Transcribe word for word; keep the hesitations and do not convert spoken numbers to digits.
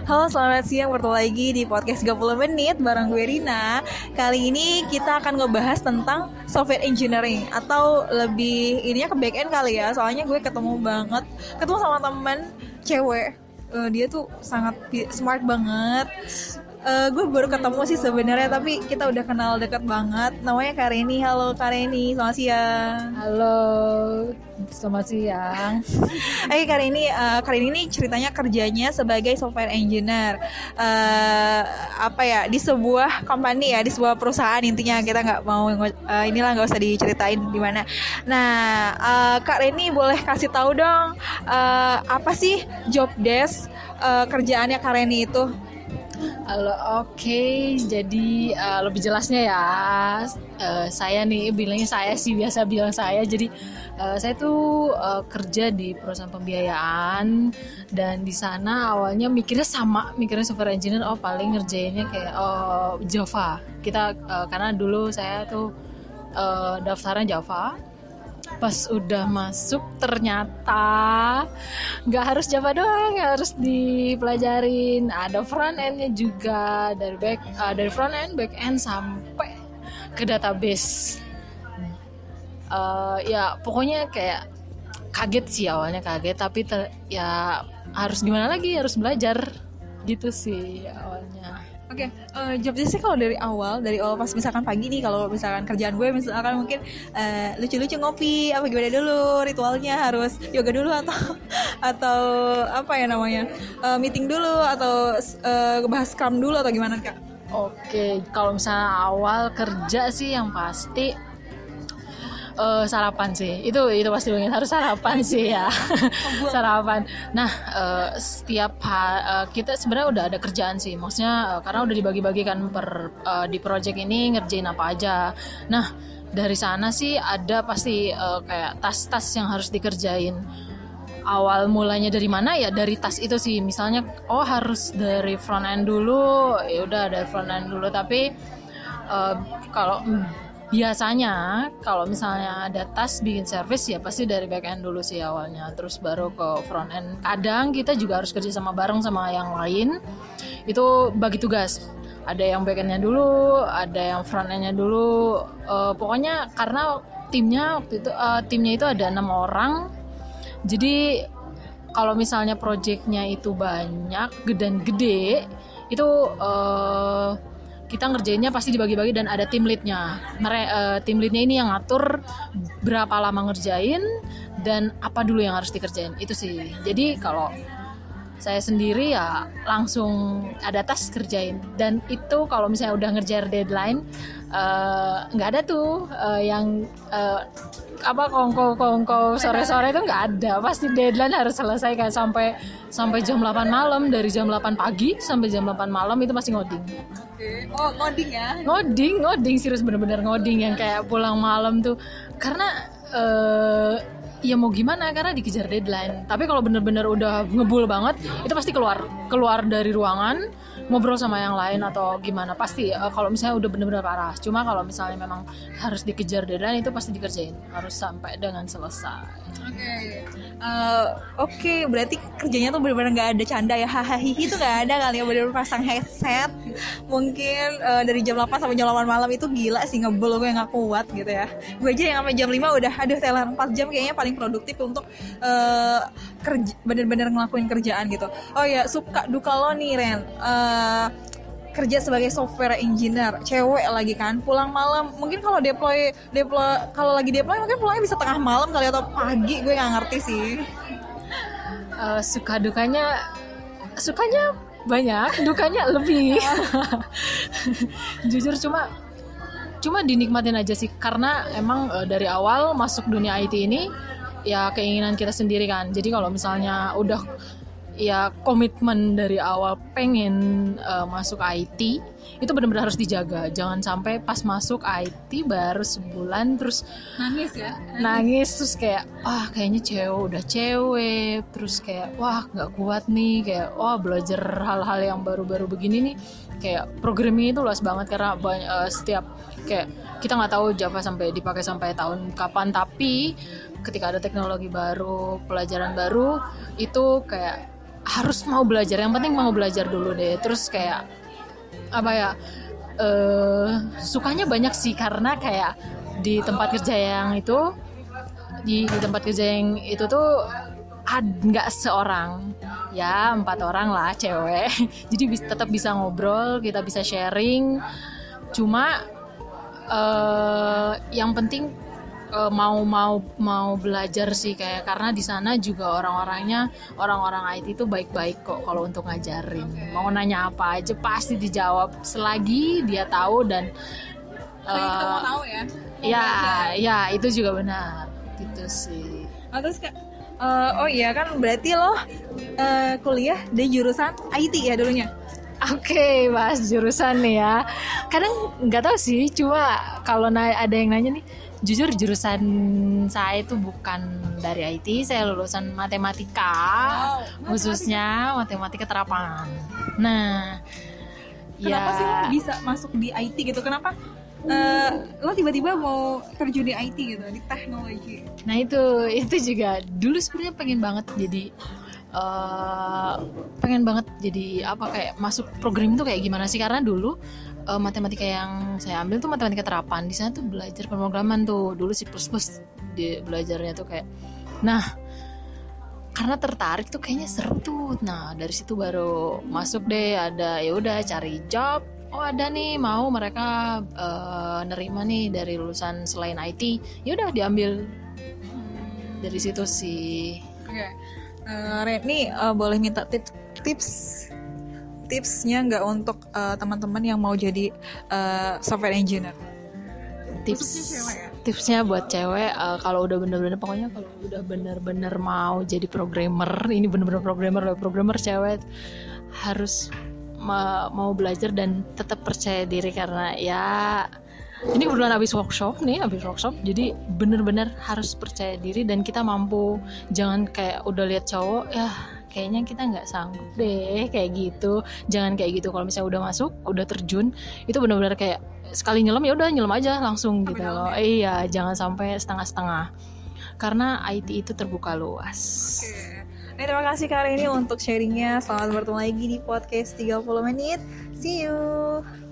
Halo, selamat siang. Bertemu lagi di podcast tiga puluh menit bareng gue Rina. Kali ini kita akan ngebahas tentang software engineering, atau lebih ininya ke back end kali ya. Soalnya gue ketemu banget, ketemu sama temen cewek. Uh, dia tuh sangat smart banget. Uh, gue baru ketemu sih sebenarnya, tapi kita udah kenal dekat banget. Namanya Kak Reni. Halo Kak Reni, selamat siang. Halo, selamat siang. Oke, Kak Reni, uh, Kak Reni ini ceritanya kerjanya sebagai software engineer. Uh, apa ya, di sebuah company ya, di sebuah perusahaan intinya. Kita nggak mau uh, inilah nggak usah diceritain di mana. Nah, uh, Kak Reni boleh kasih tahu dong uh, apa sih job desk uh, kerjaannya Kak Reni itu? Halo, oke. Okay. Jadi uh, lebih jelasnya ya, uh, saya nih bilangnya saya sih biasa bilang saya. Jadi uh, saya tuh uh, kerja di perusahaan pembiayaan, dan di sana awalnya mikirnya sama, mikirnya software engineer. Oh paling ngerjainnya kayak oh Java. Kita uh, karena dulu saya tuh uh, daftarnya Java. Pas udah masuk ternyata nggak harus Java doang, harus dipelajarin, ada front endnya juga, dari back uh, dari front end, back end sampai ke database. Uh, ya pokoknya kayak kaget sih awalnya, kaget, tapi ter, ya harus gimana lagi, harus belajar gitu sih awalnya. Oke, okay. uh, job desk kalau dari awal, dari awal pas misalkan pagi nih, kalau misalkan kerjaan gue misalkan mungkin uh, lucu-lucu ngopi, apa gimana dulu, ritualnya harus yoga dulu atau atau apa ya namanya, uh, meeting dulu atau uh, bahas scrum dulu atau gimana Kak? Oke, okay. Kalau misalnya awal kerja sih yang pasti Uh, sarapan sih, itu itu pasti banget harus sarapan sih ya. Sarapan. Nah uh, setiap ha- uh, kita sebenarnya udah ada kerjaan sih, maksudnya uh, karena udah dibagi-bagikan per uh, di project ini ngerjain apa aja. Nah dari sana sih ada pasti uh, kayak tas-tas yang harus dikerjain. Awal mulanya dari mana ya, dari tas itu sih. Misalnya oh harus dari front end dulu, ya udah dari front end dulu. Tapi uh, kalau mm, biasanya kalau misalnya ada tas bikin service ya pasti dari back end dulu sih awalnya, terus baru ke front end. Kadang kita juga harus kerja sama bareng sama yang lain, itu bagi tugas, ada yang back endnya dulu, ada yang front endnya dulu. Uh, pokoknya karena timnya waktu itu uh, timnya itu ada enam orang, jadi kalau misalnya projectnya itu banyak dan gede itu uh, kita ngerjainnya pasti dibagi-bagi dan ada tim leadnya. Mere, uh, tim leadnya ini yang ngatur berapa lama ngerjain dan apa dulu yang harus dikerjain, itu sih. Jadi kalau saya sendiri ya langsung ada tas kerjain, dan itu kalau misalnya udah ngerjain deadline nggak uh, ada tuh uh, yang uh, apa kongko-kongko sore-sore itu nggak ada, pasti deadline harus selesai kan sampai sampai jam delapan malam, dari jam delapan pagi sampai jam delapan malam itu masih ngoding. Oke. Oh, ngoding ya? Ngoding, ngoding serius, bener-bener ngoding yang kayak pulang malam tuh, karena uh, ya mau gimana, karena dikejar deadline. Tapi kalau bener-bener udah ngebul banget, itu pasti keluar keluar dari ruangan, ngobrol sama yang lain atau gimana, pasti uh, kalau misalnya udah bener-bener parah. Cuma kalau misalnya memang harus dikejar deadline itu pasti dikerjain, harus sampai dengan selesai. Oke, okay. uh, oke okay, berarti kerjanya tuh benar-benar nggak ada canda ya, hahaha itu nggak ada kali ya, benar-benar pasang headset mungkin uh, dari jam delapan sampai jam delapan malam, itu gila sih, ngebel gue nggak kuat gitu ya. Gue aja yang sampai jam lima udah aduh teler, empat jam kayaknya paling produktif untuk uh, kerja, benar-benar ngelakuin kerjaan gitu. Oh ya, suka duka lo nih Ren, uh, kerja sebagai software engineer, cewek lagi kan, pulang malam. Mungkin kalau deploy deploy kalau lagi deploy mungkin pulangnya bisa tengah malam kali atau pagi, gue nggak ngerti sih. Uh, suka dukanya, sukanya banyak, dukanya lebih. Jujur cuma cuma dinikmatin aja sih, karena emang uh, dari awal masuk dunia I T ini ya keinginan kita sendiri kan. Jadi kalau misalnya udah ya komitmen dari awal pengen uh, masuk I T, itu benar-benar harus dijaga. Jangan sampai pas masuk I T baru sebulan terus nangis ya, nangis, nangis terus kayak ah kayaknya cewek udah cewek, terus kayak wah nggak kuat nih, kayak wah belajar hal-hal yang baru-baru begini nih, kayak programming itu luas banget karena banyak, uh, setiap kayak kita nggak tahu Java sampai dipakai sampai tahun kapan, tapi ketika ada teknologi baru, pelajaran baru, itu kayak harus mau belajar, yang penting mau belajar dulu deh. Terus kayak apa ya, uh, sukanya banyak sih karena kayak di tempat kerja yang itu di, di tempat kerja yang itu tuh nggak seorang ya, empat orang lah cewek. Jadi bis, tetap bisa ngobrol, kita bisa sharing. Cuma uh, yang penting uh, mau mau mau belajar sih, kayak karena di sana juga orang-orangnya orang-orang I T itu baik-baik kok kalau untuk ngajarin. Mau nanya apa aja pasti dijawab selagi dia tahu dan uh, kita mau tahu ya. Ya, ya itu juga benar gitu sih. Oh, terus kak, uh, oh iya kan berarti lo uh, kuliah di jurusan I T ya dulunya? Oke, okay, bahas jurusan nih ya. Kadang nggak tahu sih, cuma kalau na- ada yang nanya nih, jujur jurusan saya itu bukan dari I T, saya lulusan matematika, wow, khususnya matematika terapan. Nah, kenapa ya, sih lo bisa masuk di I T gitu? Kenapa? Uh, lo tiba-tiba mau terjun di I T gitu, di teknologi. Nah itu itu juga dulu sebenarnya pengen banget jadi uh, pengen banget jadi apa, kayak masuk program itu kayak gimana sih, karena dulu uh, matematika yang saya ambil tuh matematika terapan. Di sana tuh belajar pemrograman tuh dulu C plus plus di belajarnya tuh kayak. Nah karena tertarik tuh kayaknya seru tuh. Nah dari situ baru masuk deh, ada ya udah cari job. Oh ada nih mau mereka uh, nerima nih dari lulusan selain I T, ya udah diambil hmm. dari situ sih. Oke, okay. uh, Reni uh, boleh minta tips tips tipsnya nggak untuk uh, teman-teman yang mau jadi uh, software engineer? Tips ya? Tipsnya buat cewek uh, kalau udah bener-bener, pokoknya kalau udah bener-bener mau jadi programmer, ini bener-bener programmer, programmer cewek harus mau belajar dan tetap percaya diri, karena ya ini kebetulan habis workshop nih, habis workshop jadi bener-bener harus percaya diri dan kita mampu. Jangan kayak udah lihat cowok ya kayaknya kita nggak sanggup deh kayak gitu, jangan kayak gitu. Kalau misalnya udah masuk, udah terjun, itu bener-bener kayak sekali nyelam ya udah nyelam aja langsung gitu loh. Iya, jangan sampai setengah-setengah karena I T itu terbuka luas. Okay. Nah, terima kasih Kak Reni untuk sharingnya. Selamat bertemu lagi di podcast tiga puluh menit. See you.